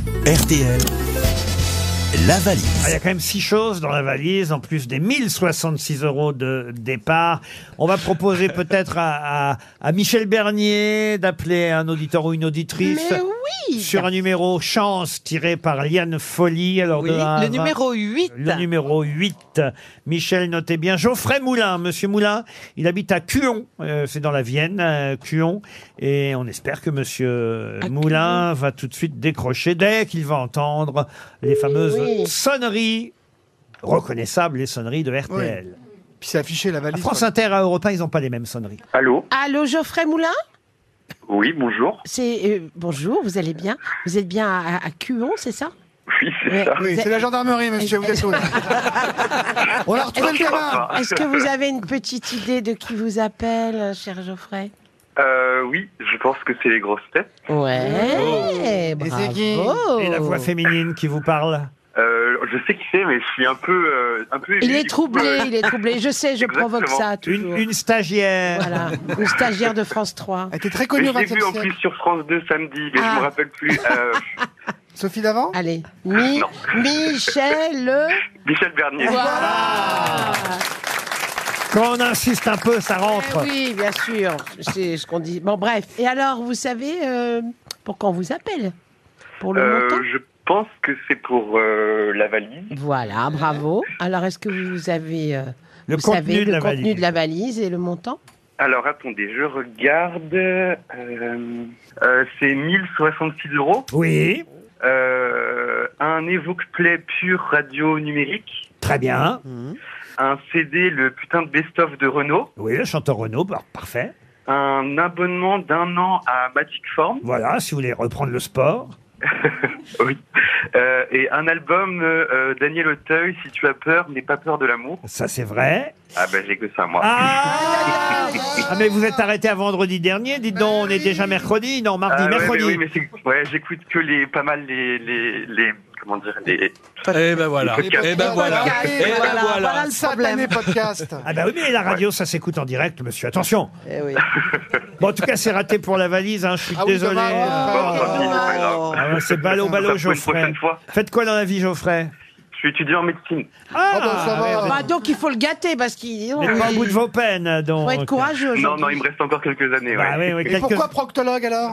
RTL, la valise. Il y a quand même 6 choses dans la valise, en plus des 1066 € de départ. On va proposer peut-être à Michel Bernier d'appeler un auditeur ou une auditrice. Mais oui. Sur un numéro chance tiré par Liane Folly. Alors Oui, le numéro 8. Le numéro 8. Michel, notez bien. Geoffrey Moulin. Monsieur Moulin, il habite à Cuon. C'est dans la Vienne, Cuon. Et on espère que monsieur Moulin va tout de suite décrocher dès qu'il va entendre les fameuses sonneries reconnaissables, les sonneries de RTL. Oui. Puis c'est affiché la valise. À France Inter, à Europe 1, ils n'ont pas les mêmes sonneries. Allô? Allô, Geoffrey Moulin? Oui, bonjour. Bonjour, vous allez bien? Vous êtes bien à Cuon, c'est ça? Oui, c'est ça. Oui, c'est la gendarmerie, monsieur, vous êtes où là? On a retrouvé le gamin. Est-ce que vous avez une petite idée de qui vous appelle, cher Geoffrey? Oui, je pense que c'est les grosses têtes. Ouais, bravo. Et la voix féminine qui vous parle? Je sais qui c'est, mais je suis un peu Il ému, est du coup, troublé, il est troublé. Je sais, je provoque ça toujours. Une stagiaire. Voilà, une stagiaire de France 3. Elle était très connue au je l'ai 20e vu en siècle. plus sur France 2 samedi, mais je me rappelle plus. Sophie Davant? Allez, Non. Michel. Michel Bernier. Voilà. Quand on insiste un peu, ça rentre. Oui, bien sûr. C'est ce qu'on dit. Bon, bref. Et alors, vous savez pourquoi on vous appelle? Pour le montant? Je pense que c'est pour la valise. Voilà, bravo. Alors, est-ce que vous avez Le vous contenu savez de le la contenu valise. de la valise et le montant? Alors attendez, je regarde. C'est 1066 €. Oui, Un Evoque Play pur radio numérique. très bien. Un CD, le putain de best-of de Renault. Oui, le chanteur Renaud, parfait. Un abonnement d'1 an à Magic Form. Voilà, si vous voulez reprendre le sport. Oui. Et un album Daniel Auteuil, Si tu as peur, n'aie pas peur de l'amour. Ça, c'est vrai. Ah ben j'ai que ça moi. Ah, mais vous êtes arrêté à vendredi dernier. Dites donc, on est déjà mercredi. Non, mardi, Ouais, mercredi. mais oui, mais j'écoute que pas mal les comment dire, les Et ben voilà. podcasts. Et ben voilà. Et ben voilà. Voilà le problème. Satané podcast. Ah bah oui, mais la radio, ça s'écoute en direct, monsieur. Attention. Eh oui. Bon, en tout cas, c'est raté pour la valise. Hein. Je suis Ah oui, désolé. dommage. Bon, tant pis, c'est pas grave. Ah ouais, c'est ballot, Pour une Geoffrey. prochaine fois. Faites quoi dans la vie, Geoffrey? Je suis étudiant en médecine. Ah bah ça va. Bah, donc, il faut le gâter parce qu'il Vous n'êtes pas au bout de vos peines, donc. faut être courageux. Non, aujourd'hui. il me reste encore quelques années. Bah Ouais. oui, oui, Et quelques... pourquoi proctologue alors?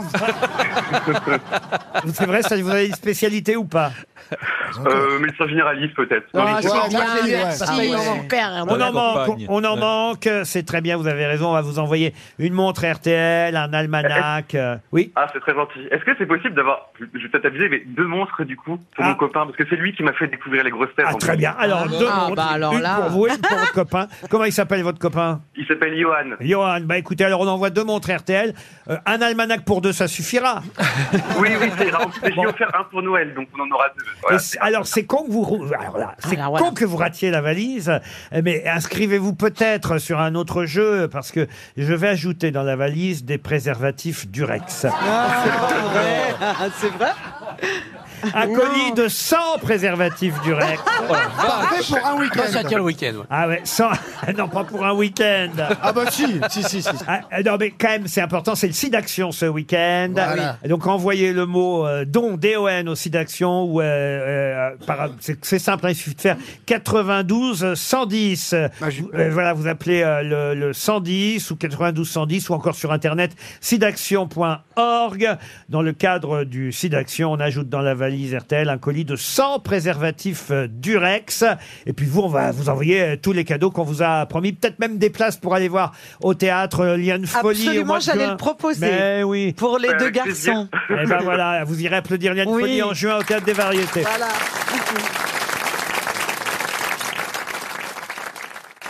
C'est vrai, ça, vous avez une spécialité ou pas? Médecin généraliste peut-être. Ah, Dans les- c'est Ouais, bien, ouais, merci, ouais. super. On Dans la en manque, campagne. on en manque. C'est très bien, vous avez raison. On va vous envoyer une montre RTL, un almanach. Oui. Ah, c'est très gentil. Est-ce que c'est possible d'avoir, je vais peut-être aviser, mais 2 monstres du coup pour Ah. mon copain, parce que c'est lui qui m'a fait découvrir les grosses têtes. Ah, en très plus. bien. Alors, deux Ah, montres. bah alors une là. pour vous et une pour votre copain. Comment il s'appelle, votre copain? Il s'appelle Johan. Johan. Bah écoutez, alors on envoie 2 montres RTL. Un almanach pour 2, ça suffira. Oui, c'est rare. J'ai offert un pour Noël, donc on en aura 2. Voilà. Alors, c'est con que vous... Alors là, c'est Alors, con voilà. que vous ratiez la valise, mais inscrivez-vous peut-être sur un autre jeu, parce que je vais ajouter dans la valise des préservatifs Durex. C'est vrai? Un colis de 100 préservatifs Durex. Parfait pour un week-end. Ça tient le week-end. Ouais. Ah ouais, 100... Non, pas pour un week-end. Ah bah si. Ah, non, mais quand même, c'est important, c'est le SIDAction ce week-end. Voilà. Donc, envoyez le mot don, D-O-N, au SIDAction. Ou, c'est simple, hein, il suffit de faire 92 110. Voilà, vous appelez le 110 ou 92 110 ou encore sur Internet, sidaction.org. Dans le cadre du SIDAction, on ajoute dans la valise RTL un colis de 100 préservatifs Durex. Et puis vous, on va vous envoyer tous les cadeaux qu'on vous a promis. Peut-être même des places pour aller voir au théâtre Liane Folly. Absolument, au mois de j'allais juin. le proposer. Mais oui. Pour les deux Avec plaisir. garçons. Et ben voilà, vous irez applaudir Liane Oui. Folly en juin au théâtre des Variétés. Voilà.